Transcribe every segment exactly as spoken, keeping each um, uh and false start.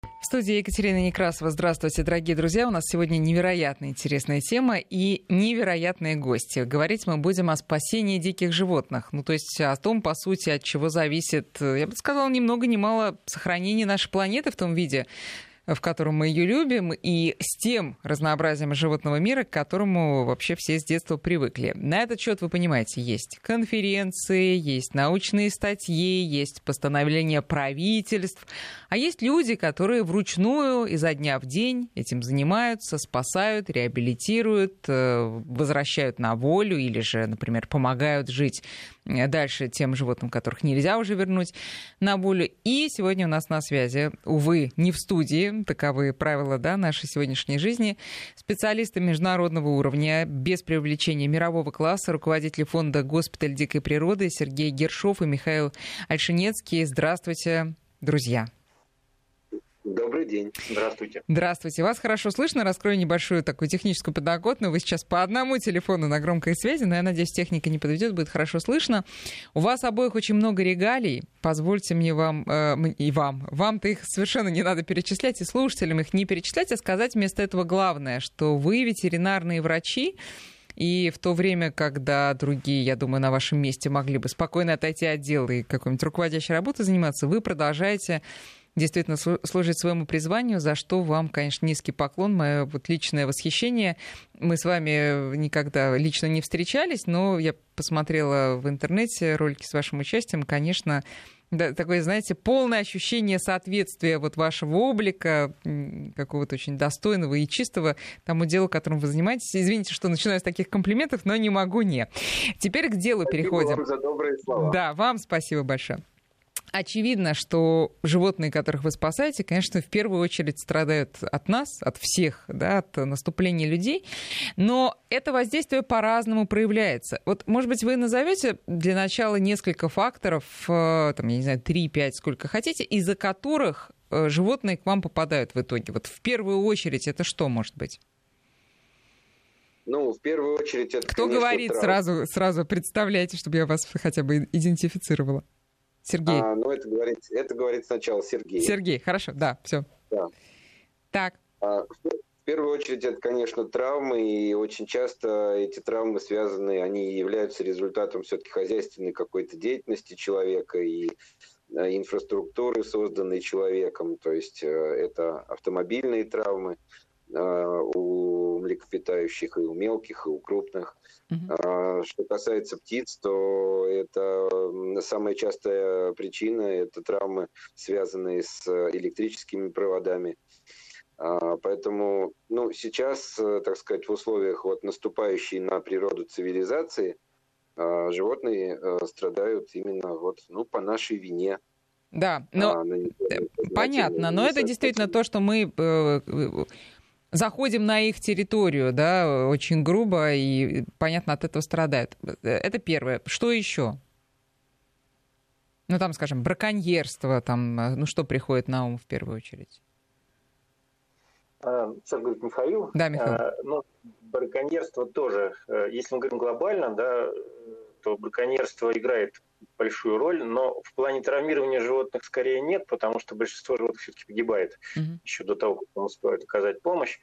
В студии Екатерина Некрасова. Здравствуйте, дорогие друзья. У нас сегодня невероятно интересная тема и невероятные гости. Говорить мы будем о спасении диких животных. Ну, то есть о том, по сути, от чего зависит, я бы сказала, ни много ни мало сохранение нашей планеты в том виде, в котором мы ее любим, и с тем разнообразием животного мира, к которому вообще все с детства привыкли. На этот счет, вы понимаете, есть конференции, есть научные статьи, есть постановления правительств, а есть люди, которые вручную изо дня в день этим занимаются, спасают, реабилитируют, возвращают на волю или же, например, помогают жить дальше тем животным, которых нельзя уже вернуть на волю. И сегодня у нас на связи, увы, не в студии, таковы правила, да, нашей сегодняшней жизни, специалисты международного уровня, без привлечения мирового класса, руководители фонда «Госпиталь дикой природы» Сергей Гершов и Михаил Ольшенецкий. Здравствуйте, друзья. Добрый день. Здравствуйте. Здравствуйте. Вас хорошо слышно. Раскрою небольшую такую техническую подноготную. Вы сейчас по одному телефону на громкой связи, но я надеюсь, техника не подведет, будет хорошо слышно. У вас обоих очень много регалий. Позвольте мне вам э, и вам. Вам-то их совершенно не надо перечислять, и слушателям их не перечислять, а сказать вместо этого главное, что вы ветеринарные врачи, и в то время, когда другие, я думаю, на вашем месте могли бы спокойно отойти от дела и какой-нибудь руководящей работой заниматься, вы продолжаете действительно служить своему призванию, за что вам, конечно, низкий поклон, мое вот личное восхищение. Мы с вами никогда лично не встречались, но я посмотрела в интернете ролики с вашим участием, конечно, да, такое, знаете, полное ощущение соответствия вот вашего облика, какого-то очень достойного и чистого тому делу, которым вы занимаетесь. Извините, что начинаю с таких комплиментов, но не могу не. Теперь к делу спасибо переходим. Вам за добрые слова. Да, вам спасибо большое. Очевидно, что животные, которых вы спасаете, конечно, в первую очередь страдают от нас, от всех, да, от наступления людей, но это воздействие по-разному проявляется. Вот, может быть, вы назовете для начала несколько факторов, там, я не знаю, три-пять, сколько хотите, из-за которых животные к вам попадают в итоге. Вот в первую очередь это что может быть? Ну, в первую очередь это, Кто конечно, говорит, травма. сразу, сразу представляйте, чтобы я вас хотя бы идентифицировала. Сергей. А, ну, это говорит, это говорит сначала Сергей. Сергей, хорошо, да, все. Да. Так. А, в первую очередь это, конечно, травмы, и очень часто эти травмы связаны, они являются результатом все-таки хозяйственной какой-то деятельности человека и инфраструктуры, созданной человеком. То есть это автомобильные травмы у млекопитающих, и у мелких, и у крупных. Uh-huh. Что касается птиц, то это самая частая причина, это травмы, связанные с электрическими проводами. Поэтому, ну, сейчас, так сказать, в условиях вот наступающей на природу цивилизации животные страдают именно вот, ну, по нашей вине. Да, но понятно, но это действительно то, что мы заходим на их территорию, да, очень грубо, и, понятно, от этого страдают. Это первое. Что еще? Ну, там, скажем, браконьерство, там, ну, что приходит на ум в первую очередь? Сейчас говорит Михаил. Да, Михаил. Ну, браконьерство тоже, если мы говорим глобально, да, то браконьерство играет большую роль, но в плане травмирования животных скорее нет, потому что большинство животных все-таки погибает uh-huh. еще до того, как им успевают оказать помощь.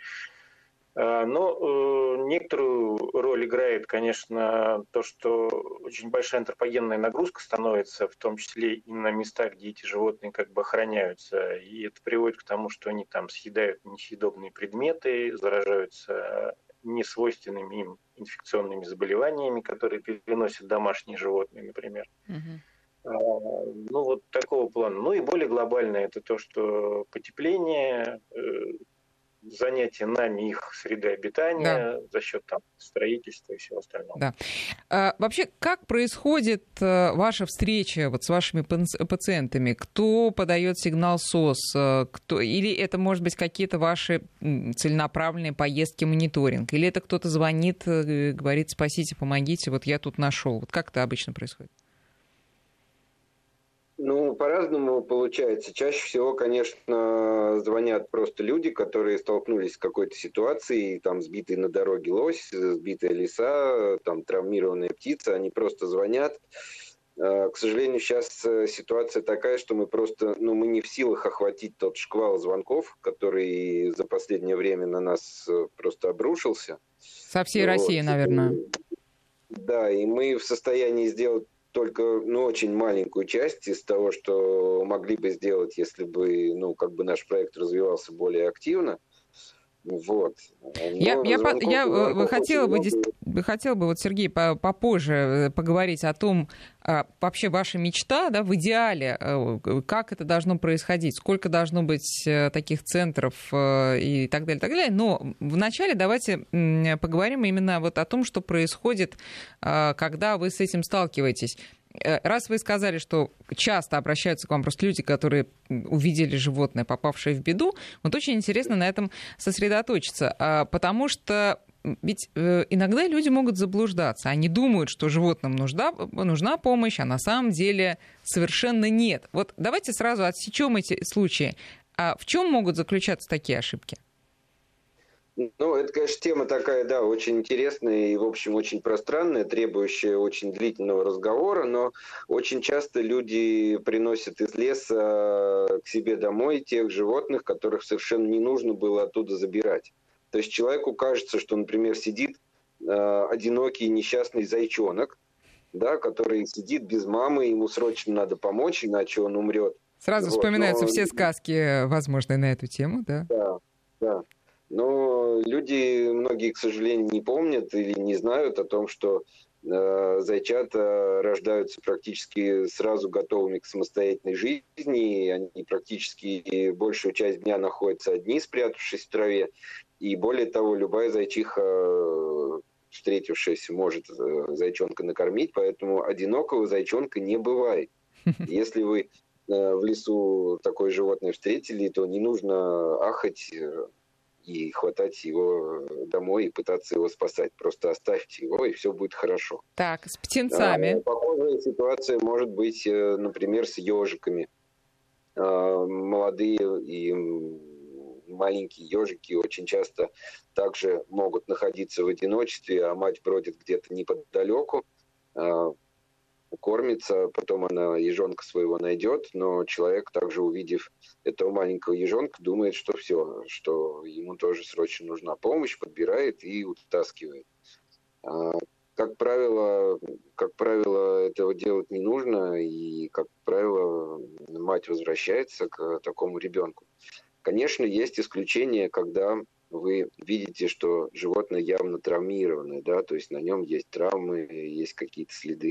Но некоторую роль играет, конечно, то, что очень большая антропогенная нагрузка становится, в том числе и на местах, где эти животные как бы охраняются. И это приводит к тому, что они там съедают несъедобные предметы, заражаются несвойственными им инфекционными заболеваниями, которые переносят домашние животные, например. Uh-huh. Ну, вот такого плана. Ну и более глобально это то, что потепление, занятие нами их среды обитания, да, за счет там строительства и всего остального. Да. А, вообще, как происходит а, ваша встреча вот с вашими пациентами? Кто подает сигнал СОС? Кто, или это, может быть, какие-то ваши целенаправленные поездки, мониторинг? Или это кто-то звонит, говорит: спасите, помогите, вот я тут нашел. Вот как это обычно происходит? Ну, по-разному получается. Чаще всего, конечно, звонят просто люди, которые столкнулись с какой-то ситуацией, там сбитый на дороге лось, сбитая лиса, там травмированная птица, они просто звонят К сожалению, сейчас ситуация такая, что мы просто, ну, мы не в силах охватить тот шквал звонков, который за последнее время на нас просто обрушился. Со всей вот. России, наверное. Да, и мы в состоянии сделать только, ну, очень маленькую часть из того, что могли бы сделать, если бы, ну, как бы наш проект развивался более активно. Вот. Я, я, звонков, я звонков хотела, бы, много... хотела бы, вот, Сергей, попозже поговорить о том, вообще ваша мечта, да, в идеале, как это должно происходить, сколько должно быть таких центров и так далее, так далее. Но вначале давайте поговорим именно вот о том, что происходит, когда вы с этим сталкиваетесь. Раз вы сказали, что часто обращаются к вам просто люди, которые увидели животное, попавшее в беду, вот очень интересно на этом сосредоточиться, потому что ведь иногда люди могут заблуждаться. Они думают, что животным нужна, нужна помощь, а на самом деле совершенно нет. Вот давайте сразу отсечем эти случаи. А в чем могут заключаться такие ошибки? Ну, это, конечно, тема такая, да, очень интересная и, в общем, очень пространная, требующая очень длительного разговора, но очень часто люди приносят из леса к себе домой тех животных, которых совершенно не нужно было оттуда забирать. То есть человеку кажется, что, например, сидит э, одинокий несчастный зайчонок, да, который сидит без мамы, ему срочно надо помочь, иначе он умрет. Сразу вот, вспоминаются но... все сказки, возможные на эту тему, да? Да, да. Но люди, многие, к сожалению, не помнят или не знают о том, что э, зайчата рождаются практически сразу готовыми к самостоятельной жизни. И они практически большую часть дня находятся одни, спрятавшись в траве. И более того, любая зайчиха, встретившаяся, может зайчонка накормить, поэтому одинокого зайчонка не бывает. Если вы э, в лесу такое животное встретили, то не нужно ахать и хватать его домой и пытаться его спасать. Просто оставьте его, и все будет хорошо. Так, с птенцами. А, похожая ситуация может быть, например, с ежиками. А, молодые и маленькие ежики очень часто также могут находиться в одиночестве, а мать бродит где-то неподалеку, а, кормится, потом она ежонка своего найдет, но человек, также увидев этого маленького ежонка, думает, что все, что ему тоже срочно нужна помощь, подбирает и утаскивает. Как правило, как правило, этого делать не нужно, и, как правило, мать возвращается к такому ребенку. Конечно, есть исключения, когда вы видите, что животное явно травмированное, да, то есть на нем есть травмы, есть какие-то следы,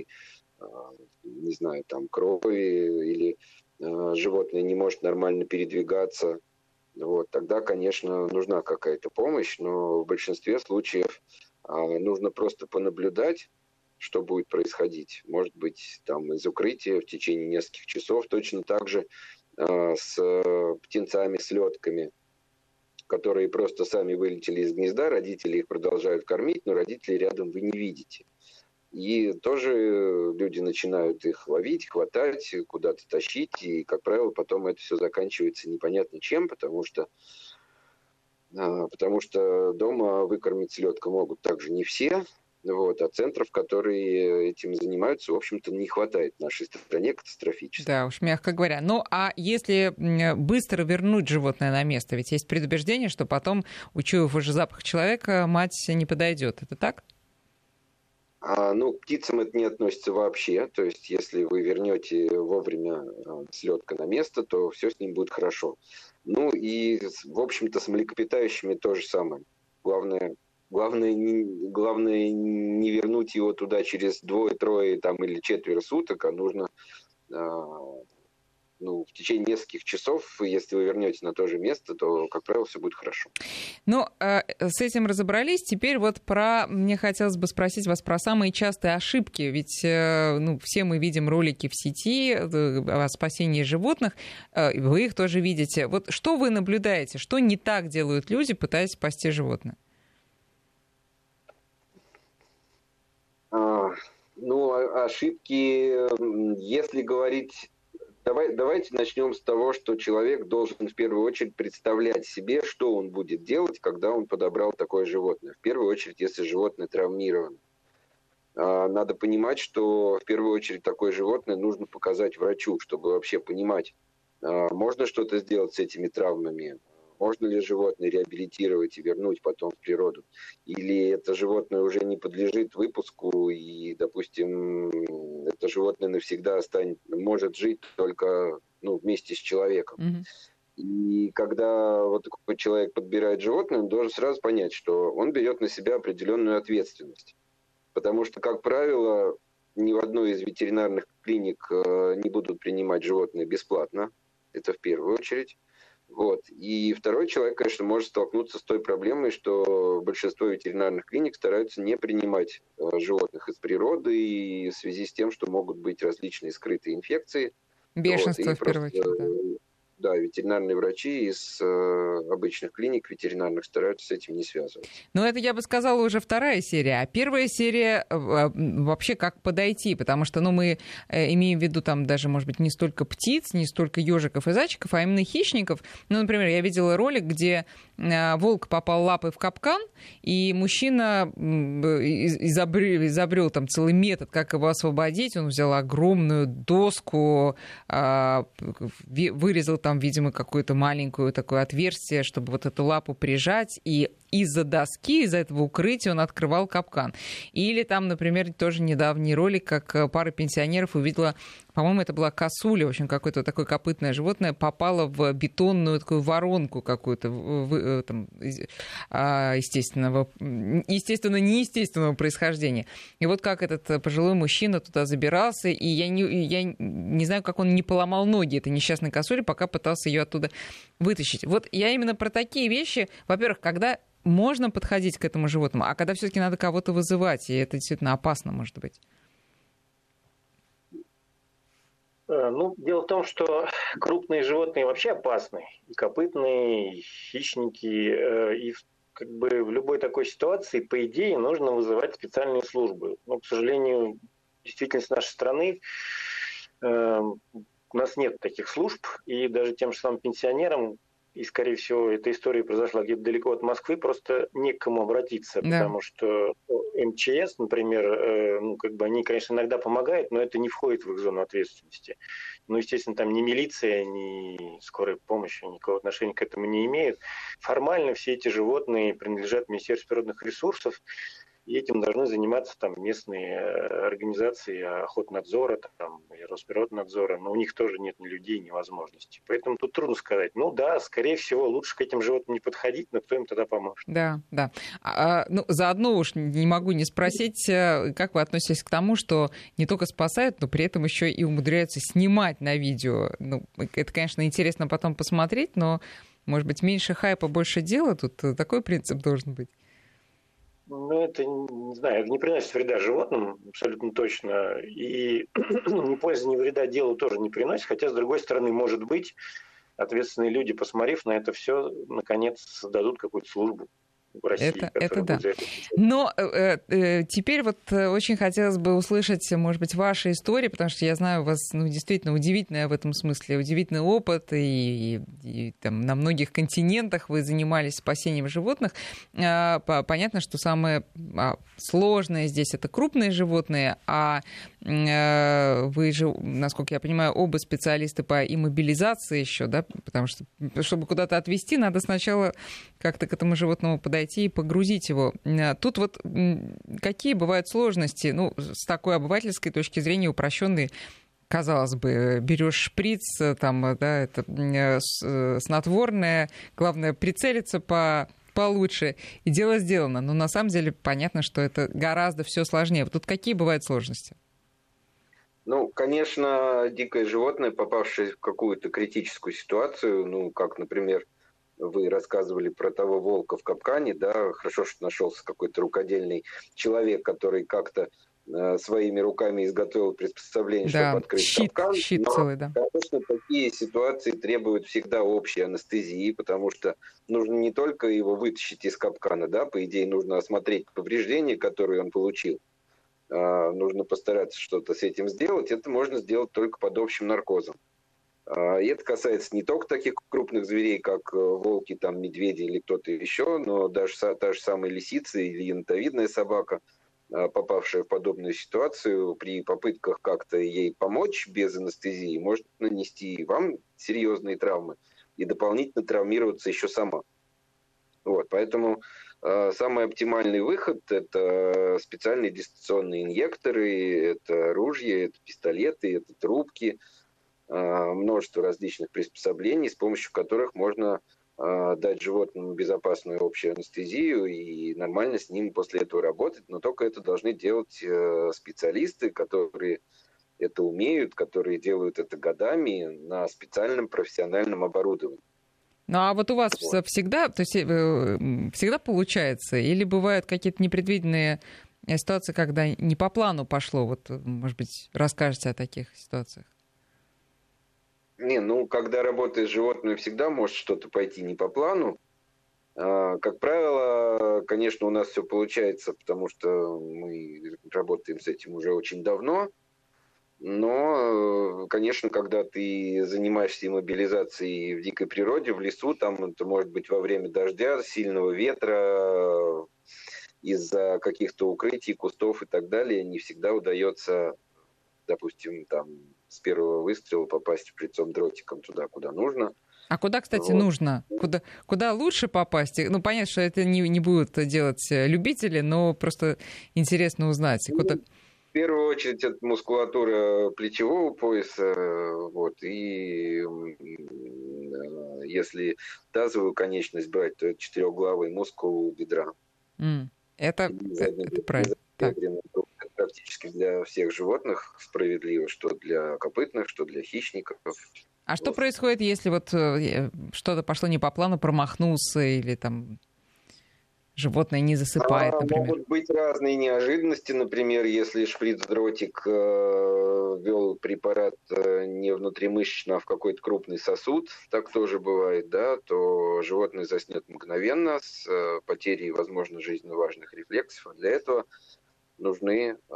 не знаю, там крови, или э, животное не может нормально передвигаться, вот, тогда, конечно, нужна какая-то помощь, но в большинстве случаев э, нужно просто понаблюдать, что будет происходить. Может быть, там из укрытия в течение нескольких часов, точно так же э, с птенцами, слетками, которые просто сами вылетели из гнезда, родители их продолжают кормить, но родителей рядом вы не видите. И тоже люди начинают их ловить, хватать, куда-то тащить, и, как правило, потом это все заканчивается непонятно чем, потому что, потому что дома выкормить селедка могут также не все, вот, а центров, которые этим занимаются, в общем-то, не хватает в нашей стране катастрофически. Да уж, мягко говоря. Ну, а если быстро вернуть животное на место, ведь есть предубеждение, что потом, учуяв уже запах человека, мать не подойдет. Это так? А, ну, к птицам это не относится вообще. То есть, если вы вернете вовремя слетка на место, то все с ним будет хорошо. Ну и, в общем-то, с млекопитающими то же самое. Главное, главное, не, главное не вернуть его туда через двое-трое там, или четверо суток, а нужно ну, в течение нескольких часов, если вы вернете на то же место, то, как правило, все будет хорошо. Ну, э, с этим разобрались. Теперь вот про... Мне хотелось бы спросить вас про самые частые ошибки. Ведь э, ну, все мы видим ролики в сети о спасении животных. Э, вы их тоже видите. Вот что вы наблюдаете? Что не так делают люди, пытаясь спасти животное? А, ну, ошибки, если говорить... Давай, давайте начнем с того, что человек должен в первую очередь представлять себе, что он будет делать, когда он подобрал такое животное. В первую очередь, если животное травмировано. надо понимать, что в первую очередь такое животное нужно показать врачу, чтобы вообще понимать, можно что-то сделать с этими травмами, можно ли животное реабилитировать и вернуть потом в природу, или это животное уже не подлежит выпуску, и, допустим, это животное навсегда останет, может жить только ну, вместе с человеком. Mm-hmm. И когда вот такой человек подбирает животное, он должен сразу понять, что он берет на себя определенную ответственность. Потому что, как правило, ни в одной из ветеринарных клиник не будут принимать животные бесплатно. Это в первую очередь. Вот. И второй человек, конечно, может столкнуться с той проблемой, что большинство ветеринарных клиник стараются не принимать животных из природы и в связи с тем, что могут быть различные скрытые инфекции. Бешенство, вот, в первую просто... очередь, да. Да, ветеринарные врачи из э, обычных клиник ветеринарных стараются с этим не связываться. Ну, это, я бы сказала, уже вторая серия. А первая серия э, вообще как подойти, потому что, ну, мы э, имеем в виду там даже, может быть, не столько птиц, не столько ежиков и зайчиков, а именно хищников. Ну, например, я видела ролик, где э, волк попал лапой в капкан, и мужчина э, изобрел, изобрел там целый метод, как его освободить. Он взял огромную доску, э, вырезал там, видимо, какое-то маленькое такое отверстие, чтобы вот эту лапу прижать, и из-за доски, из-за этого укрытия он открывал капкан. Или там, например, тоже недавний ролик, как пара пенсионеров увидела, по-моему, это была косуля, в общем, какое-то такое копытное животное, попало в бетонную такую воронку какую-то, там, естественного, естественно, неестественного происхождения. И вот как этот пожилой мужчина туда забирался, и я не, я не знаю, как он не поломал ноги этой несчастной косули, пока пытался ее оттуда вытащить. Вот я именно про такие вещи, во-первых, когда можно подходить к этому животному, а когда все-таки надо кого-то вызывать, и это действительно опасно, может быть. Ну, дело в том, что крупные животные вообще опасны. И копытные, и хищники. И как бы в любой такой ситуации, по идее, нужно вызывать специальные службы. Но, к сожалению, действительность нашей страны, э, у нас нет таких служб. И даже тем же самым пенсионерам, и, скорее всего, эта история произошла где-то далеко от Москвы, просто не к кому обратиться, да. Потому что эм че эс, например, э, ну, как бы они, конечно, иногда помогают, но это не входит в их зону ответственности. Ну, естественно, там ни милиция, ни скорая помощь никакого отношения к этому не имеют. Формально все эти животные принадлежат Министерству природных ресурсов, и этим должны заниматься там местные организации охотнадзора, там, и Росприроднадзора, но у них тоже нет ни людей, ни возможностей. Поэтому тут трудно сказать. Ну да, скорее всего, лучше к этим животным не подходить, но кто им тогда поможет? Да, да. А, ну, заодно уж не могу не спросить, как вы относитесь к тому, что не только спасают, но при этом еще и умудряются снимать на видео. Ну, это, конечно, интересно потом посмотреть, но, может быть, меньше хайпа, больше дела? Тут такой принцип должен быть. Ну, это, не знаю, это не приносит вреда животным, абсолютно точно. И ни пользы, ни вреда делу тоже не приносит. Хотя, с другой стороны, может быть, ответственные люди, посмотрев на это все, наконец создадут какую-то службу в России. Это, это да. Но э, э, теперь вот очень хотелось бы услышать, может быть, ваши истории, потому что я знаю, у вас ну, действительно удивительный в этом смысле, удивительный опыт, и, и, и там, на многих континентах вы занимались спасением животных. Э, понятно, что самое сложное здесь — это крупные животные, а э, вы же, насколько я понимаю, оба специалисты по иммобилизации еще, да, потому что, чтобы куда-то отвезти, надо сначала как-то к этому животному подойти и погрузить его. Тут вот какие бывают сложности, ну, с такой обывательской точки зрения, упрощенной, казалось бы, берешь шприц, там, да, это снотворное, главное прицелиться по получше, и дело сделано. Но на самом деле понятно, что это гораздо все сложнее. Тут какие бывают сложности? Ну, конечно, дикое животное, попавшее в какую-то критическую ситуацию, ну, как, например, вы рассказывали про того волка в капкане, да, хорошо, что нашелся какой-то рукодельный человек, который как-то э, своими руками изготовил приспособление, да, чтобы открыть щит, капкан. Щит но, целый, да. Конечно, такие ситуации требуют всегда общей анестезии, потому что нужно не только его вытащить из капкана, да, по идее нужно осмотреть повреждения, которые он получил. Э, нужно постараться что-то с этим сделать. Это можно сделать только под общим наркозом. И это касается не только таких крупных зверей, как волки, там, медведи или кто-то еще, но даже та же самая лисица или енотовидная собака. попавшая в подобную ситуацию, при попытках как-то ей помочь без анестезии, может нанести вам серьезные травмы и дополнительно травмироваться еще сама. Вот, поэтому э, самый оптимальный выход – это специальные дистанционные инъекторы, это ружья, это пистолеты, это трубки, э, множество различных приспособлений, с помощью которых можно э, дать животному безопасную общую анестезию и нормально с ним после этого работать. Но только это должны делать э, специалисты, которые это умеют, которые делают это годами на специальном профессиональном оборудовании. Ну а вот у вас вот. всегда, то есть всегда получается, или бывают какие-то непредвиденные ситуации, когда не по плану пошло? Вот, может быть, расскажете о таких ситуациях? Не, ну, когда работаешь с животными, всегда может что-то пойти не по плану. Как правило, конечно, у нас все получается, потому что мы работаем с этим уже очень давно. Но, конечно, когда ты занимаешься иммобилизацией в дикой природе, в лесу, там это может быть во время дождя, сильного ветра, из-за каких-то укрытий, кустов и так далее, не всегда удается, допустим, там с первого выстрела попасть прицом дротиком туда, куда нужно. А куда, кстати, вот. нужно? Куда, куда лучше попасть? Ну, понятно, что это не, не будут делать любители, но просто интересно узнать. Куда... В первую очередь это мускулатура плечевого пояса, вот, и если тазовую конечность брать, то это четырехглавый мускул бедра. Mm. Это, это правильно. Это практически для всех животных справедливо, что для копытных, что для хищников. А вот. Что происходит, если вот что-то пошло не по плану, промахнулся или там... Животное не засыпает, а, например. Могут быть разные неожиданности. Например, если шприц-дротик э, ввел препарат э, не внутримышечно, а в какой-то крупный сосуд, так тоже бывает, да, то животное заснет мгновенно с э, потерей, возможно, жизненно важных рефлексов. Для этого нужны э,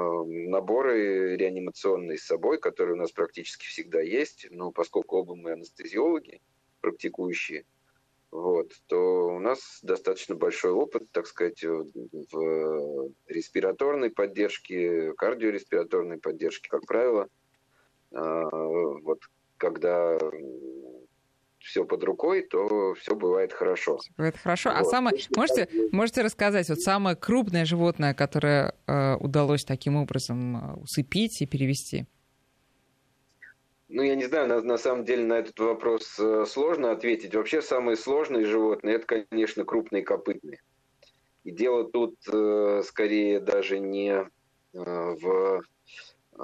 наборы реанимационные с собой, которые у нас практически всегда есть. Но поскольку оба мы анестезиологи, практикующие, вот, то у нас достаточно большой опыт, так сказать, в респираторной поддержке, кардиореспираторной поддержке, как правило. Вот, когда все под рукой, то все бывает хорошо. Бывает хорошо. Вот. А самое, можете, можете рассказать, вот самое крупное животное, которое э, удалось таким образом усыпить и перевести? Ну, я не знаю, на, на самом деле на этот вопрос э, сложно ответить. Вообще самые сложные животные – это, конечно, крупные копытные. И дело тут э, скорее даже не э, в э,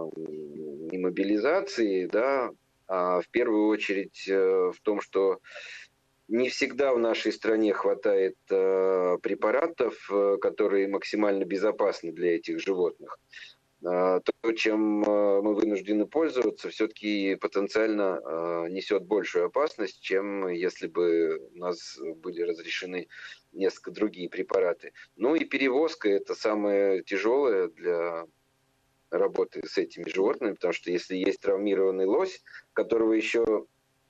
иммобилизации, да, а в первую очередь э, в том, что не всегда в нашей стране хватает э, препаратов, э, которые максимально безопасны для этих животных. То, чем мы вынуждены пользоваться, все-таки потенциально несет большую опасность, чем если бы у нас были разрешены несколько другие препараты. Ну и перевозка – это самое тяжелое для работы с этими животными, потому что если есть травмированный лось, которого еще,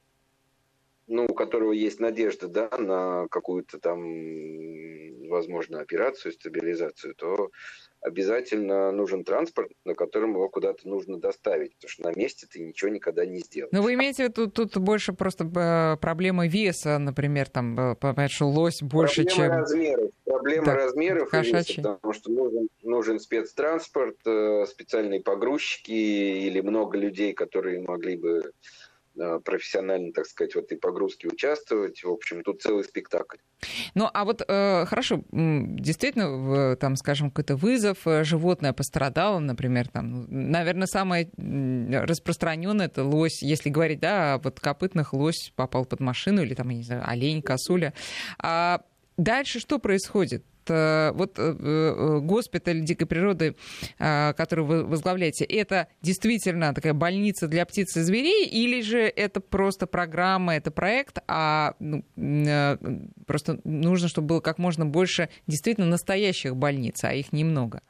ну, у которого есть надежда, да, на какую-то там, возможно, операцию, стабилизацию, то обязательно нужен транспорт, на котором его куда-то нужно доставить, потому что на месте ты ничего никогда не сделаешь. Но вы имеете в виду, тут, тут больше просто проблема веса, например, там, понятно, что лось больше, проблема чем... Размеров. Проблема да, размеров и веса, потому что нужен, нужен спецтранспорт, специальные погрузчики или много людей, которые могли бы профессионально, так сказать, в этой погрузке участвовать. В общем, тут целый спектакль. Ну, а вот э, хорошо, действительно, там, скажем, какой-то вызов, животное пострадало, например, там, наверное, самое распространенное это лось, если говорить, да, вот копытных лось попал под машину или там, я не знаю, олень, косуля. А дальше что происходит? Вот госпиталь дикой природы, который вы возглавляете, это действительно такая больница для птиц и зверей, или же это просто программа, это проект, а ну, просто нужно, чтобы было как можно больше действительно настоящих больниц, а их немного?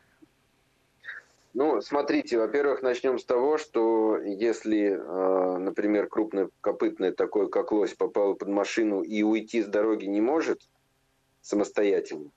Ну, смотрите, во-первых, начнем с того, что если, например, крупнокопытное, такое как лось, попало под машину и уйти с дороги не может самостоятельно,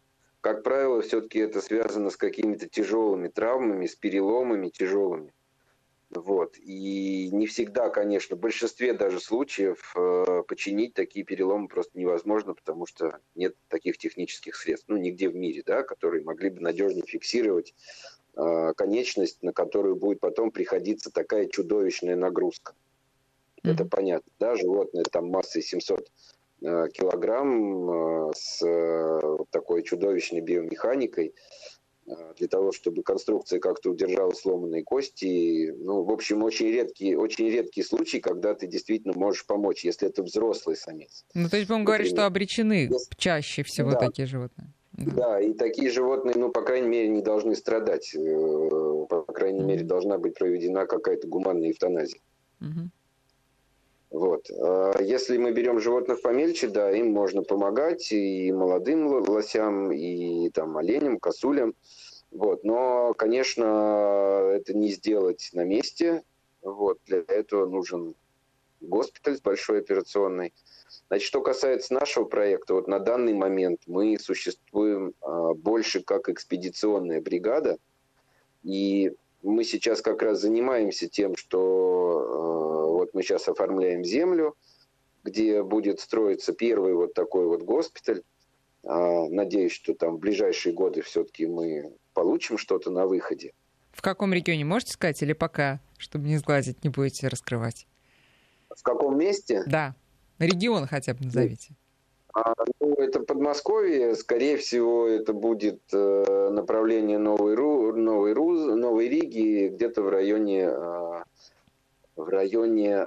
как правило, все-таки это связано с какими-то тяжелыми травмами, с переломами тяжелыми. Вот. И не всегда, конечно, в большинстве даже случаев э, починить такие переломы просто невозможно, потому что нет таких технических средств, ну, нигде в мире, да, которые могли бы надежно фиксировать э, конечность, на которую будет потом приходиться такая чудовищная нагрузка. Mm-hmm. Это понятно, да, животное там массой семьсот э, килограмм э, с э, такой чудовищной биомеханикой, для того, чтобы конструкция как-то удержала сломанные кости. Ну, в общем, очень редкий, очень редкий случай, когда ты действительно можешь помочь, если это взрослый самец. Ну, то есть, будем говорить, что обречены если... чаще всего да. такие животные. Да. да, и такие животные, ну, по крайней мере, не должны страдать. По крайней mm-hmm. мере, должна быть проведена какая-то гуманная эвтаназия. Mm-hmm. Вот. Если мы берем животных помельче, да, им можно помогать и молодым лосям, и там оленям, косулям. Вот. Но, конечно, это не сделать на месте. Вот. Для этого нужен госпиталь с большой операционной. Значит, что касается нашего проекта, вот на данный момент мы существуем больше как экспедиционная бригада. И мы сейчас как раз занимаемся тем, что вот мы сейчас оформляем землю, где будет строиться первый вот такой вот госпиталь. Надеюсь, что там в ближайшие годы все-таки мы получим что-то на выходе. В каком регионе можете сказать или пока, чтобы не сглазить, не будете раскрывать? В каком месте? Да, регион хотя бы назовите. А, ну, это Подмосковье, скорее всего, это будет э, направление Новой, Ру, Новой, Ру, Новой Риги, где-то в районе, э, в районе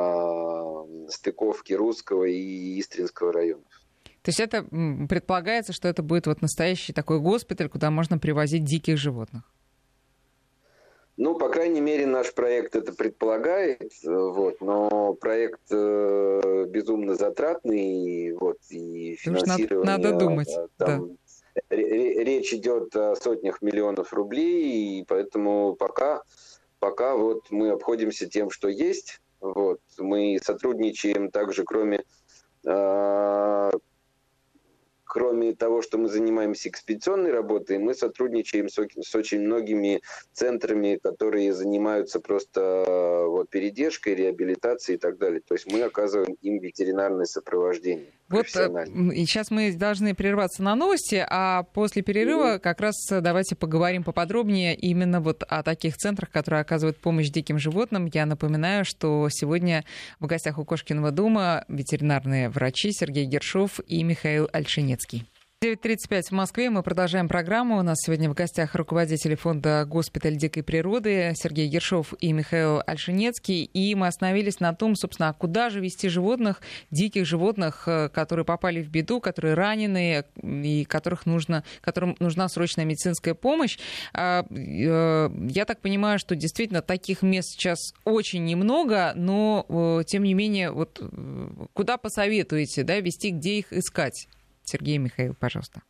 э, стыковки Русского и Истринского районов. То есть это предполагается, что это будет вот настоящий такой госпиталь, куда можно привозить диких животных? Ну, по крайней мере, наш проект это предполагает, вот, но проект э, безумно затратный, вот, и финансирование... Надо, надо думать, там, да. Речь идет о сотнях миллионов рублей, и поэтому пока, пока вот мы обходимся тем, что есть, вот, мы сотрудничаем также, кроме... Э, Кроме того, что мы занимаемся экспедиционной работой, мы сотрудничаем с, с очень многими центрами, которые занимаются просто вот, передержкой, реабилитацией и так далее. То есть мы оказываем им ветеринарное сопровождение. Вот и сейчас мы должны прерваться на новости, а после перерыва как раз давайте поговорим поподробнее именно вот о таких центрах, которые оказывают помощь диким животным. Я напоминаю, что сегодня в гостях у Кошкиного дома ветеринарные врачи Сергей Гершов и Михаил Альшенецкий. девять тридцать пять в Москве. Мы продолжаем программу. У нас сегодня в гостях руководители фонда «Госпиталь дикой природы» Сергей Гершов и Михаил Альшенецкий. И мы остановились на том, собственно, куда же везти животных, диких животных, которые попали в беду, которые ранены и которых нужно, которым нужна срочная медицинская помощь. Я так понимаю, что действительно таких мест сейчас очень немного, но тем не менее, вот куда посоветуете, да, везти, где их искать? Сергей, Михаил, пожалуйста.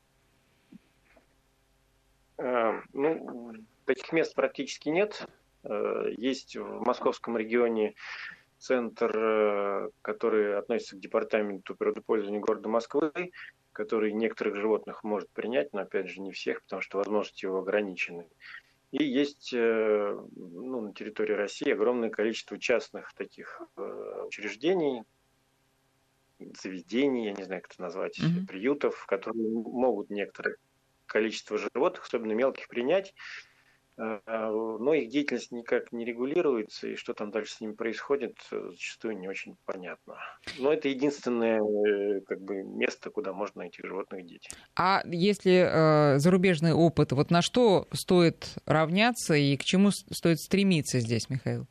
Ну, таких мест практически нет. Есть в московском регионе центр, который относится к департаменту природопользования города Москвы, который некоторых животных может принять, но, опять же, не всех, потому что возможности его ограничены. И есть ну, на территории России огромное количество частных таких учреждений, заведений, я не знаю, как это назвать, mm-hmm. приютов, которые могут некоторое количество животных, особенно мелких, принять, но их деятельность никак не регулируется, и что там дальше с ними происходит, зачастую не очень понятно. Но это единственное как бы, место, куда можно этих животных деть. А если э, зарубежный опыт, вот на что стоит равняться и к чему стоит стремиться здесь, Михаил?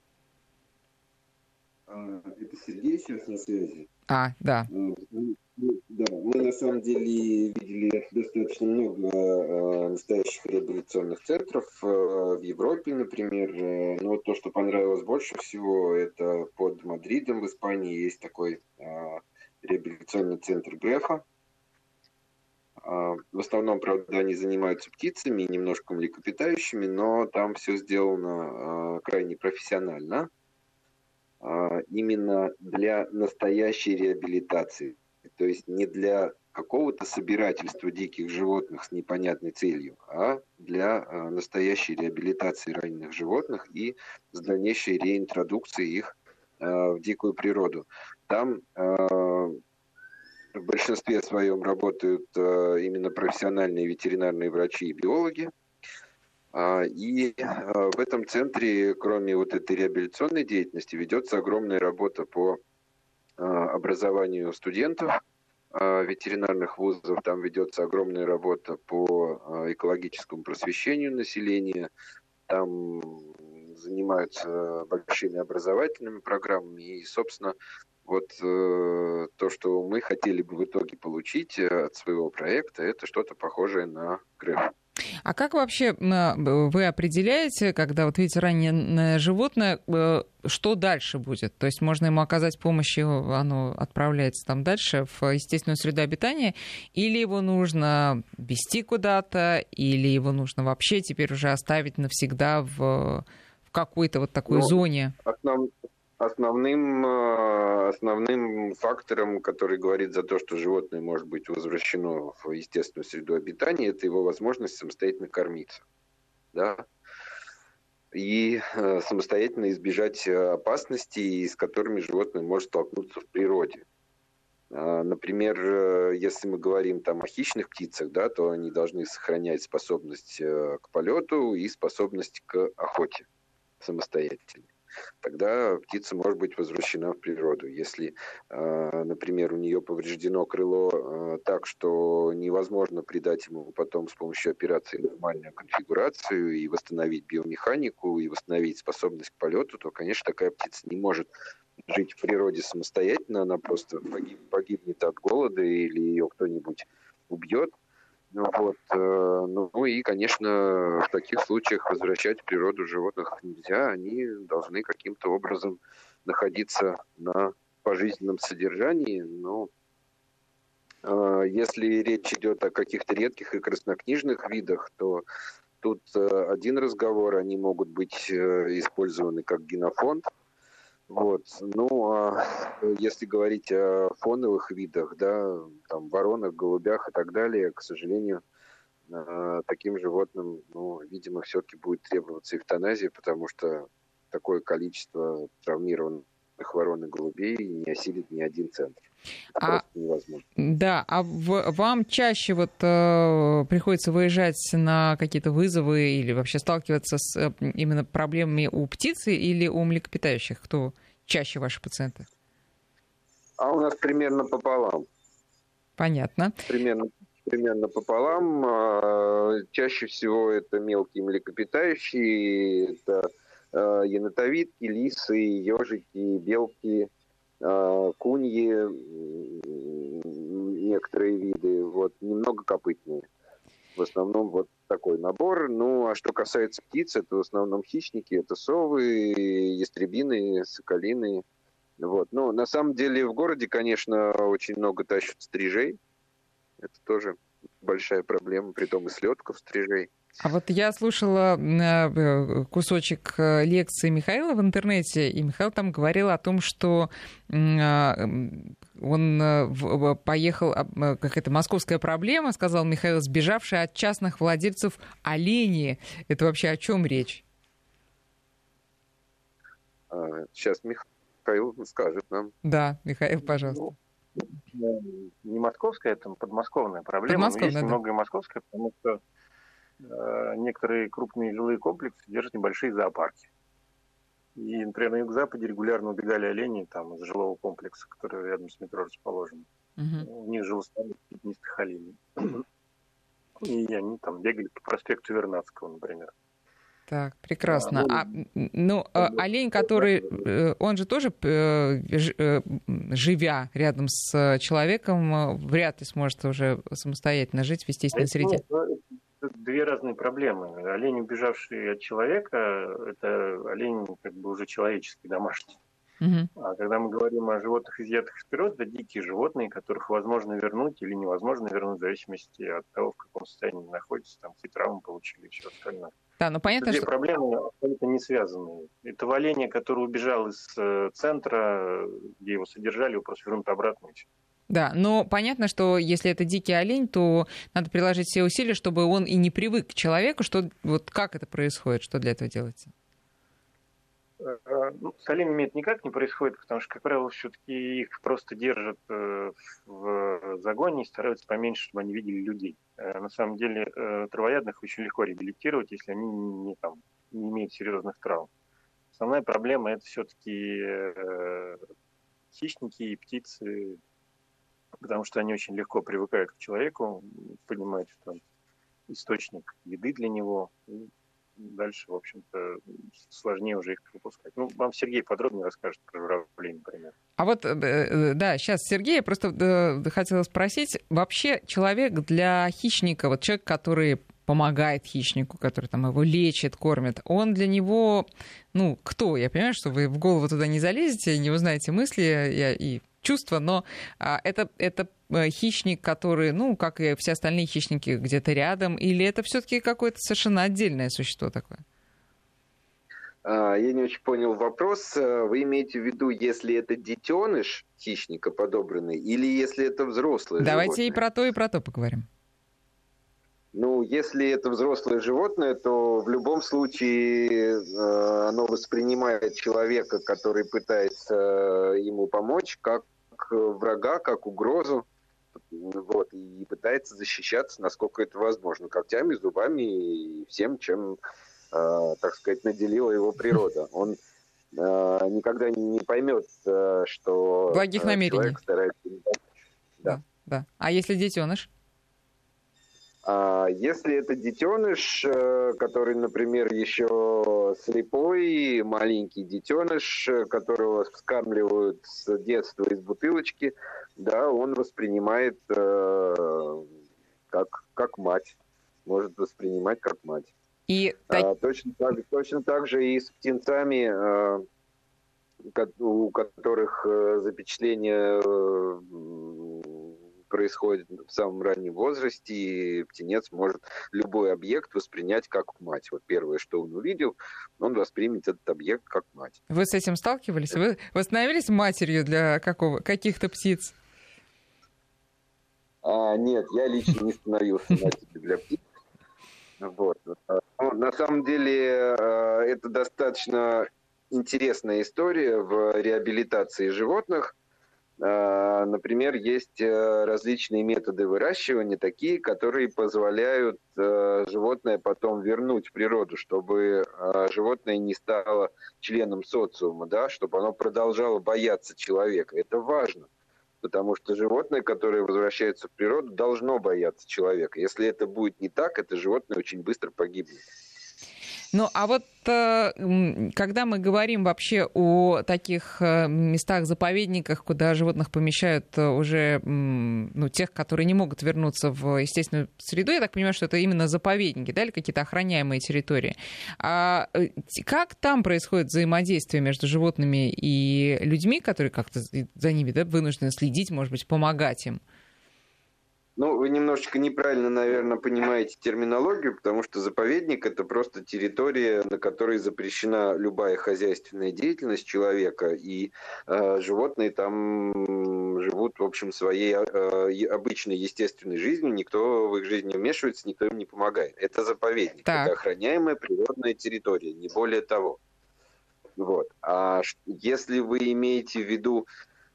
Это Сергей сейчас на связи. А, да. Да, мы на самом деле видели достаточно много э, настоящих реабилитационных центров э, в Европе, например. Э, но то, что понравилось больше всего, это под Мадридом в Испании есть такой э, реабилитационный центр Грефа. Э, в основном, правда, они занимаются птицами и немножко млекопитающими, но там все сделано э, крайне профессионально. Именно для настоящей реабилитации. То есть не для какого-то собирательства диких животных с непонятной целью, а для э, настоящей реабилитации раненых животных и с дальнейшей реинтродукции их э, в дикую природу. Там э, в большинстве своем работают э, именно профессиональные ветеринарные врачи и биологи. И в этом центре, кроме вот этой реабилитационной деятельности, ведется огромная работа по образованию студентов ветеринарных вузов. Там ведется огромная работа по экологическому просвещению населения. Там занимаются большими образовательными программами. И, собственно, вот то, что мы хотели бы в итоге получить от своего проекта, это что-то похожее на ГРЭФ. А как вообще вы определяете, когда вот видите раненое животное, что дальше будет? То есть можно ему оказать помощь, и оно отправляется там дальше в естественную среду обитания, или его нужно везти куда-то, или его нужно вообще теперь уже оставить навсегда в, в какой-то вот такой ну, зоне? Основ... Основным, основным фактором, который говорит за то, что животное может быть возвращено в естественную среду обитания, это его возможность самостоятельно кормиться. Да? И самостоятельно избежать опасностей, с которыми животное может столкнуться в природе. Например, если мы говорим там о хищных птицах, да, то они должны сохранять способность к полету и способность к охоте самостоятельно. Тогда птица может быть возвращена в природу. Если, например, у нее повреждено крыло так, что невозможно придать ему потом с помощью операции нормальную конфигурацию и восстановить биомеханику, и восстановить способность к полету, то, конечно, такая птица не может жить в природе самостоятельно, она просто погибнет от голода или ее кто-нибудь убьет. Ну, вот, ну и, конечно, в таких случаях возвращать в природу животных нельзя. Они должны каким-то образом находиться на пожизненном содержании. Но если речь идет о каких-то редких и краснокнижных видах, то тут один разговор. Они могут быть использованы как генофонд. Вот. Ну, а если говорить о фоновых видах, да, там, воронах, голубях и так далее, к сожалению, таким животным, ну, видимо, все-таки будет требоваться эвтаназия, потому что такое количество травмированных ворон и голубей не осилит ни один центр. Это а, просто невозможно. Да, а в, вам чаще вот э, приходится выезжать на какие-то вызовы или вообще сталкиваться с э, именно проблемами у птицы или у млекопитающих? Кто чаще ваши пациенты? А у нас примерно пополам. Понятно. Примерно, примерно пополам. Чаще всего это мелкие млекопитающие, это енотовидки, лисы, ежики, белки, куньи, некоторые виды, вот, немного копытные. В основном вот такой набор. Ну, а что касается птиц, это в основном хищники, это совы, ястребины, соколины. Вот. Ну, на самом деле в городе, конечно, очень много тащат стрижей. Это тоже большая проблема, притом и слетков стрижей. А вот я слушала кусочек лекции Михаила в интернете, и Михаил там говорил о том, что он поехал, как это, московская проблема, сказал Михаил, сбежавшая от частных владельцев оленей. Это вообще о чем речь? Сейчас Михаил скажет нам. Да, Михаил, пожалуйста. Ну, не московская, это подмосковная проблема, но есть немного и московская, потому что некоторые крупные жилые комплексы держат небольшие зоопарки. И, например, на юго-западе регулярно убегали олени там, из жилого комплекса, который рядом с метро расположен. Uh-huh. У них жил стадо пятнистых оленей. И они там бегали по проспекту Вернадского, например. Так, прекрасно. А, ну, олень, который, он же тоже, живя рядом с человеком, вряд ли сможет уже самостоятельно жить в естественной среде. Две разные проблемы. Олень, убежавший от человека, это олень как бы уже человеческий, домашний. Uh-huh. А когда мы говорим о животных, изъятых из природы, это дикие животные, которых возможно вернуть или невозможно вернуть в зависимости от того, в каком состоянии они находятся, там, какие травмы получили и все остальное. Да, ну понятно, Две что... проблемы абсолютно не связаны. Это оленя, который убежал из центра, где его содержали, его просто вернут обратно. Да, но понятно, что если это дикий олень, то надо приложить все усилия, чтобы он и не привык к человеку. Что, вот как это происходит, что для этого делается? Ну, с оленями это никак не происходит, потому что, как правило, все-таки их просто держат в загоне и стараются поменьше, чтобы они видели людей. На самом деле травоядных очень легко реабилитировать, если они не, там, не имеют серьезных травм. Основная проблема — это все-таки хищники и птицы, потому что они очень легко привыкают к человеку, понимают, что он источник еды для него. Дальше, в общем-то, сложнее уже их выпускать. Ну, вам Сергей подробнее расскажет про журавлей, например. А вот, да, сейчас Сергей, я просто хотела спросить, вообще человек для хищника, вот человек, который помогает хищнику, который там его лечит, кормит, он для него, ну, кто? Я понимаю, что вы в голову туда не залезете, не узнаете мысли и чувства, но это, это хищник, который, ну, как и все остальные хищники, где-то рядом, или это все-таки какое-то совершенно отдельное существо такое? Я не очень понял вопрос. Вы имеете в виду, если это детеныш хищника подобранный, или если это взрослое Давайте животное? и про то, и про то поговорим. Ну, если это взрослое животное, то в любом случае э, оно воспринимает человека, который пытается ему помочь, как врага, как угрозу, вот, и пытается защищаться, насколько это возможно, когтями, зубами и всем, чем, э, так сказать, наделила его природа. Он э, никогда не поймет, э, что благих намерений. Человек старается ему помочь. Да. Да, да. А если детеныш? А если это детеныш, который, например, еще слепой, маленький детеныш, которого вскармливают с детства из бутылочки, да, он воспринимает э, как, как мать, может воспринимать как мать. И а, точно, так, точно так же и с птенцами, э, у которых запечатление происходит в самом раннем возрасте, и птенец может любой объект воспринять как мать. Вот первое, что он увидел, он воспримет этот объект как мать. Вы с этим сталкивались? Вы, вы становились матерью для какого, каких-то птиц? А, нет, я лично не становился матерью для птиц. Вот. Но на самом деле это достаточно интересная история в реабилитации животных. Например, есть различные методы выращивания, такие, которые позволяют животное потом вернуть в природу, чтобы животное не стало членом социума, да, чтобы оно продолжало бояться человека. Это важно, потому что животное, которое возвращается в природу, должно бояться человека. Если это будет не так, это животное очень быстро погибнет. Ну, а вот когда мы говорим вообще о таких местах-заповедниках, куда животных помещают уже, ну, тех, которые не могут вернуться в естественную среду, я так понимаю, что это именно заповедники, да, или какие-то охраняемые территории. А как там происходит взаимодействие между животными и людьми, которые как-то за ними, да, вынуждены следить, может быть, помогать им? Ну, вы немножечко неправильно, наверное, понимаете терминологию, потому что заповедник – это просто территория, на которой запрещена любая хозяйственная деятельность человека, и э, животные там живут, в общем, своей э, обычной естественной жизнью, никто в их жизнь не вмешивается, никто им не помогает. Это заповедник, так. Это охраняемая природная территория, не более того. Вот. А если вы имеете в виду,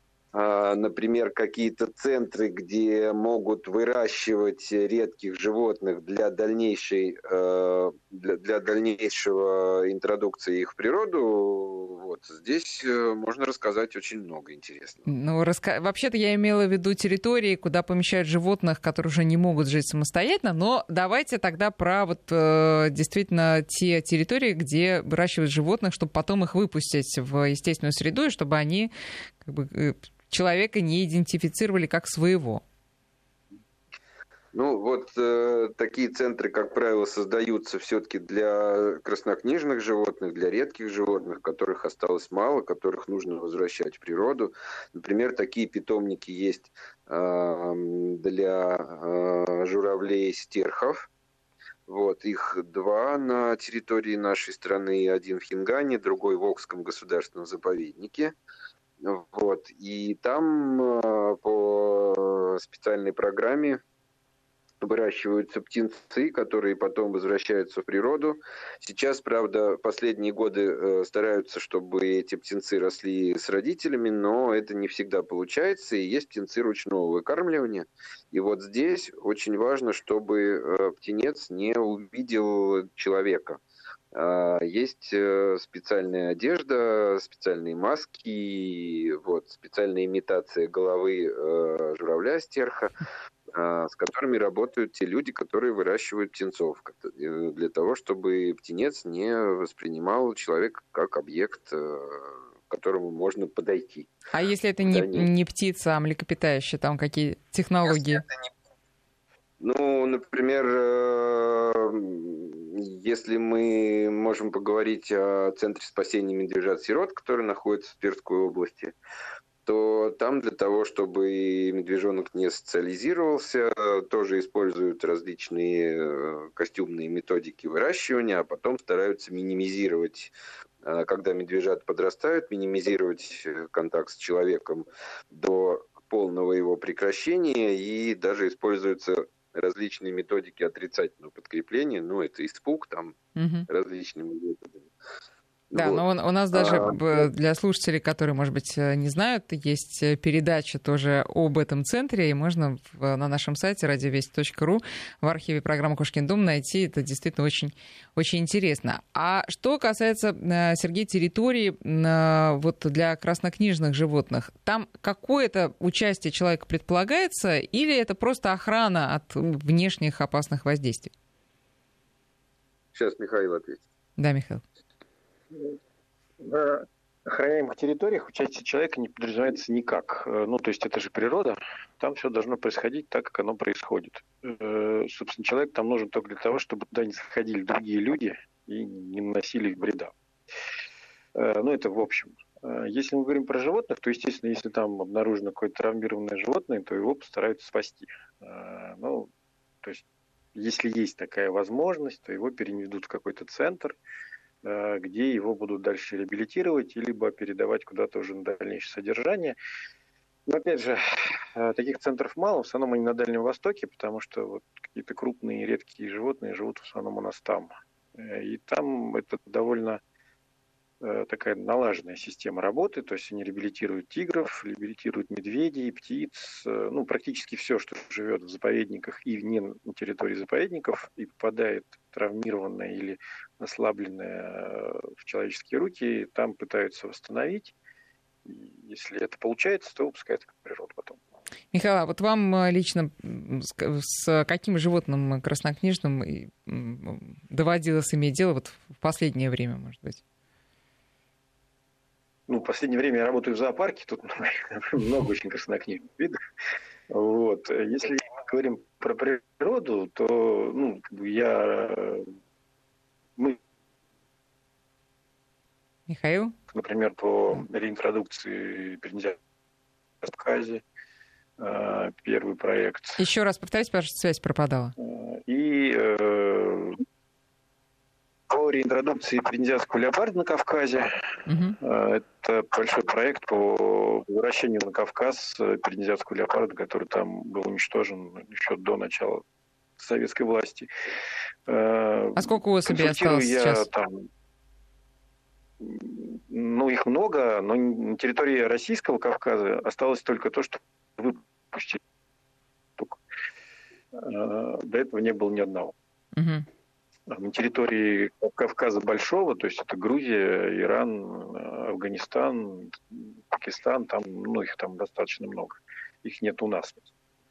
например, какие-то центры, где могут выращивать редких животных для дальнейшей, для, для дальнейшего интродукции их в природу, вот здесь можно рассказать очень много интересного. Ну, раска... вообще-то я имела в виду территории, куда помещают животных, которые уже не могут жить самостоятельно, но давайте тогда про вот действительно те территории, где выращивают животных, чтобы потом их выпустить в естественную среду, и чтобы они как бы человека не идентифицировали как своего. Ну, вот э, такие центры, как правило, создаются все-таки для краснокнижных животных, для редких животных, которых осталось мало, которых нужно возвращать в природу. Например, такие питомники есть э, для э, журавлей-стерхов. Вот, их два на территории нашей страны, один в Хингане, другой в Окском государственном заповеднике. Вот. И там по специальной программе выращиваются птенцы, которые потом возвращаются в природу. Сейчас, правда, последние годы стараются, чтобы эти птенцы росли с родителями, но это не всегда получается, и есть птенцы ручного выкармливания. И вот здесь очень важно, чтобы птенец не увидел человека. Есть специальная одежда, специальные маски, вот, специальная имитация головы журавля стерха, с которыми работают те люди, которые выращивают птенцов, для того, чтобы птенец не воспринимал человека как объект, к которому можно подойти. А если это не, не птица, а млекопитающее, там какие технологии? Ну, например, если мы можем поговорить о Центре спасения медвежат-сирот, который находится в Тверской области, то там для того, чтобы медвежонок не социализировался, тоже используют различные костюмные методики выращивания, а потом стараются минимизировать, когда медвежата подрастают, минимизировать контакт с человеком до полного его прекращения, и даже используются различные методики отрицательного подкрепления, ну, это испуг там угу. различными методами. Да, вот. Но он, у нас даже а, для слушателей, которые, может быть, не знают, есть передача тоже об этом центре, и можно в, на нашем сайте радиовести точка ру в архиве программы «Кошкин дом» найти. Это действительно очень, очень интересно. А что касается, Сергей, территории вот для краснокнижных животных, там какое-то участие человека предполагается или это просто охрана от внешних опасных воздействий? Сейчас Михаил ответит. Да, Михаил. На охраняемых территориях участие человека не подразумевается никак. Ну, то есть это же природа, там все должно происходить так, как оно происходит. Собственно, человек там нужен только для того, чтобы туда не заходили другие люди и не наносили их вреда. Ну, это в общем. Если мы говорим про животных, то, естественно, если там обнаружено какое-то травмированное животное, то его постараются спасти. Ну, то есть, если есть такая возможность, то его переведут в какой-то центр, где его будут дальше реабилитировать, либо передавать куда-то уже на дальнейшее содержание. Но, опять же, таких центров мало, в основном они на Дальнем Востоке, потому что вот какие-то крупные редкие животные живут в основном у нас там. И там это довольно такая налаженная система работы, то есть они реабилитируют тигров, реабилитируют медведей, птиц, ну, практически все, что живет в заповедниках и вне на территории заповедников и попадает травмированное или ослабленное в человеческие руки, там пытаются восстановить. И если это получается, то выпускают в природу потом. Михаил, а вот вам лично с каким животным краснокнижным доводилось иметь дело вот в последнее время, может быть? Ну, в последнее время я работаю в зоопарке, тут много очень краснокнижных видов. Вот. Если мы говорим про природу, то ну, я... Мы... Михаил? Например, по реинтродукции Пернезианской Кавказе, первый проект. Еще раз повторите, потому что связь пропадала. И по реинтродукции пернезианского леопарда на Кавказе. Угу. Это большой проект по возвращению на Кавказ пернезианского леопарда, который там был уничтожен еще до начала советской власти. А сколько особей осталось сейчас? Там, ну, их много, но на территории Российского Кавказа осталось только то, что выпустили. До этого не было ни одного. Угу. На территории Кавказа Большого, то есть это Грузия, Иран, Афганистан, Пакистан, там, ну, их там достаточно много. Их нет у нас.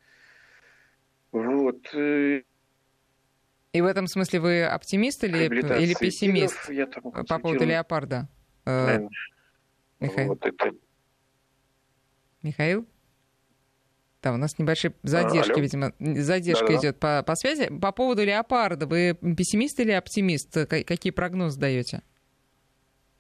Вот. И в этом смысле вы оптимист или, или пессимист тигров, по поводу леопарда? Наверное. Михаил? Вот это... Михаил? Да, у нас небольшие задержки, а, видимо, задержка Да-да-да. идет по, по связи. По поводу леопарда, вы пессимист или оптимист? Какие прогнозы даете?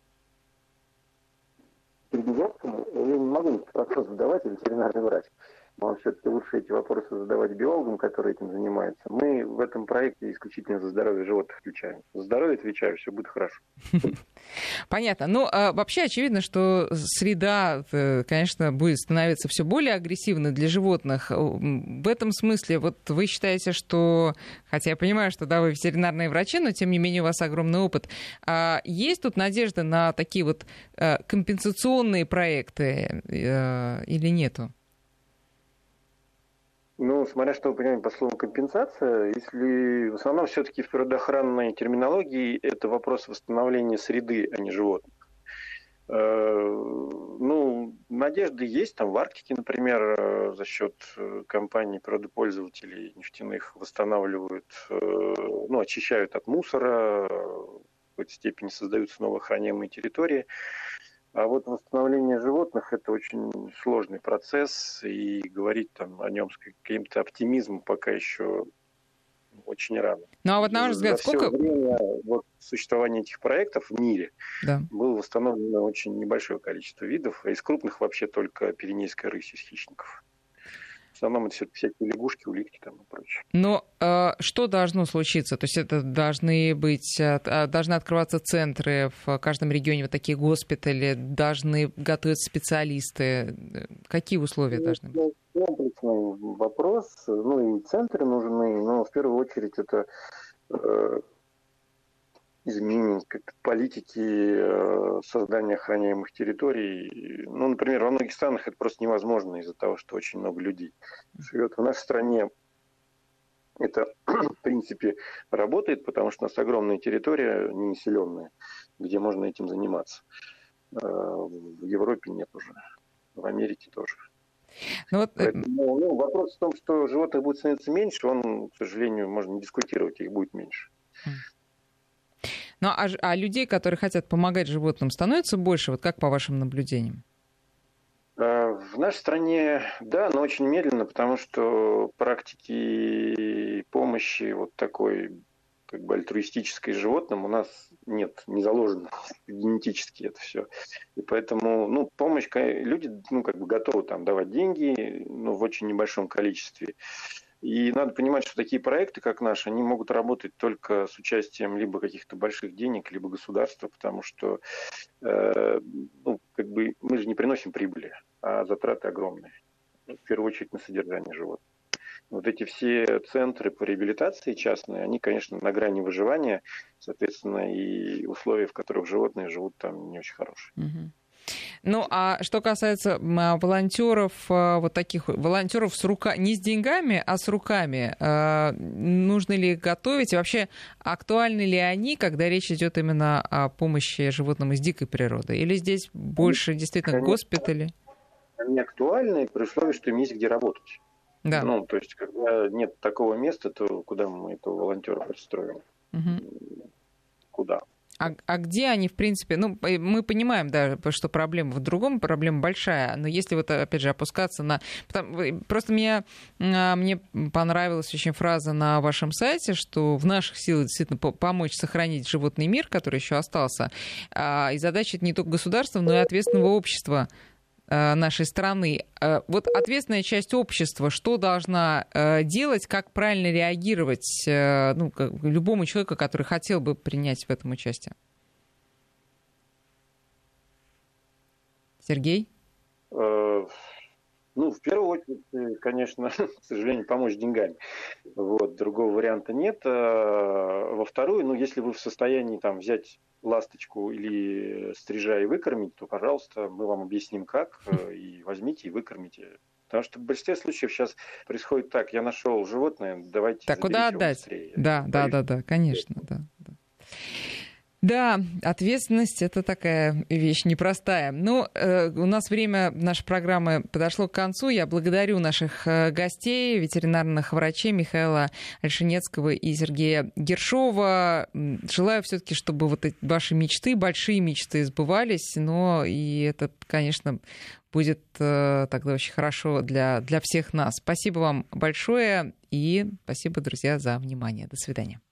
Перед взятками я не могу прогноз давать, я ветеринарный врач. Может, все-таки лучше эти вопросы задавать биологам, которые этим занимаются. Мы в этом проекте исключительно за здоровье животных отвечаем. За здоровье отвечаю, все будет хорошо. Понятно. Ну, а вообще очевидно, что среда, конечно, будет становиться все более агрессивной для животных. В этом смысле, вот вы считаете, что, хотя я понимаю, что да, вы ветеринарные врачи, но тем не менее у вас огромный опыт. А есть тут надежда на такие вот компенсационные проекты или нету? Ну, смотря что вы понимаете по слову компенсация, если в основном все-таки в природоохранной терминологии это вопрос восстановления среды, а не животных. Ну, надежды есть, там в Арктике, например, за счет компаний природопользователей нефтяных восстанавливают, ну, очищают от мусора, в какой-то степени создаются новые охраняемые территории. А вот восстановление животных – это очень сложный процесс, и говорить там о нем с каким-то оптимизмом пока еще очень рано. Ну а вот на ваш взгляд, За сколько... все время вот, существования этих проектов в мире да. было восстановлено очень небольшое количество видов, а из крупных вообще только пиренейская рысь из хищников. В основном это все всякие лягушки, улитки там и прочее. Но э, что должно случиться? То есть это должны быть, э, должны открываться центры в каждом регионе, вот такие госпитали, должны готовиться специалисты. Какие условия должны быть? Комплексный вопрос. Ну и центры нужны, но в первую очередь это э, изменение политики э, создания охраняемых территорий. Ну, например, во многих странах это просто невозможно из-за того, что очень много людей живет. В нашей стране это, в принципе, работает, потому что у нас огромная территория ненаселенная, где можно этим заниматься. Э, в Европе нет уже, в Америке тоже. Ну, вот... Поэтому, ну, вопрос в том, что животных будет становиться меньше, он, к сожалению, можно не дискутировать, их будет меньше. Ну, а, а людей, которые хотят помогать животным, становится больше, вот как по вашим наблюдениям? В нашей стране, да, но очень медленно, потому что практики помощи вот такой как бы альтруистической животным у нас нет, не заложено генетически это все. И поэтому, ну, помощь, люди, ну, как бы готовы там давать деньги, ну, в очень небольшом количестве. И надо понимать, что такие проекты, как наш, они могут работать только с участием либо каких-то больших денег, либо государства, потому что э, ну, как бы мы же не приносим прибыли, а затраты огромные. В первую очередь на содержание животных. Вот эти все центры по реабилитации частные, они, конечно, на грани выживания, соответственно, и условия, в которых животные живут, там не очень хорошие. Угу. Ну, а что касается волонтеров, вот таких волонтеров с рука... не с деньгами, а с руками, нужно ли их готовить? И вообще, актуальны ли они, когда речь идет именно о помощи животным из дикой природы? Или здесь больше действительно Конечно, госпитали? Они актуальны при условии, что им есть где работать. Да. Ну, то есть, когда нет такого места, то куда мы этого волонтера пристроим? Угу. Куда? А, а где они, в принципе, ну, мы понимаем, да, что проблема в другом, проблема большая, но если вот, опять же, опускаться на... Просто мне, мне понравилась очень фраза на вашем сайте, что в наших силах действительно помочь сохранить животный мир, который еще остался, и задача это не только государства, но и ответственного общества нашей страны. Вот ответственная часть общества, что должна делать, как правильно реагировать, ну, любому человеку, который хотел бы принять в этом участие? Сергей? Ну, в первую очередь, конечно, к сожалению, помочь деньгами. Вот, другого варианта нет. Во вторую, ну, если вы в состоянии там взять ласточку или стрижа и выкормить, то, пожалуйста, мы вам объясним, как, и возьмите и выкормите. Потому что в большинстве случаев сейчас происходит так: я нашел животное, давайте так куда отдать? Быстрее. Да, да, да, да, конечно, да. да. Да, ответственность — это такая вещь непростая. Ну, э, у нас время нашей программы подошло к концу. Я благодарю наших э, гостей, ветеринарных врачей Михаила Ольшенецкого и Сергея Гершова. Желаю все-таки, чтобы вот эти ваши мечты, большие мечты сбывались, но и это, конечно, будет э, тогда очень хорошо для, для всех нас. Спасибо вам большое и спасибо, друзья, за внимание. До свидания.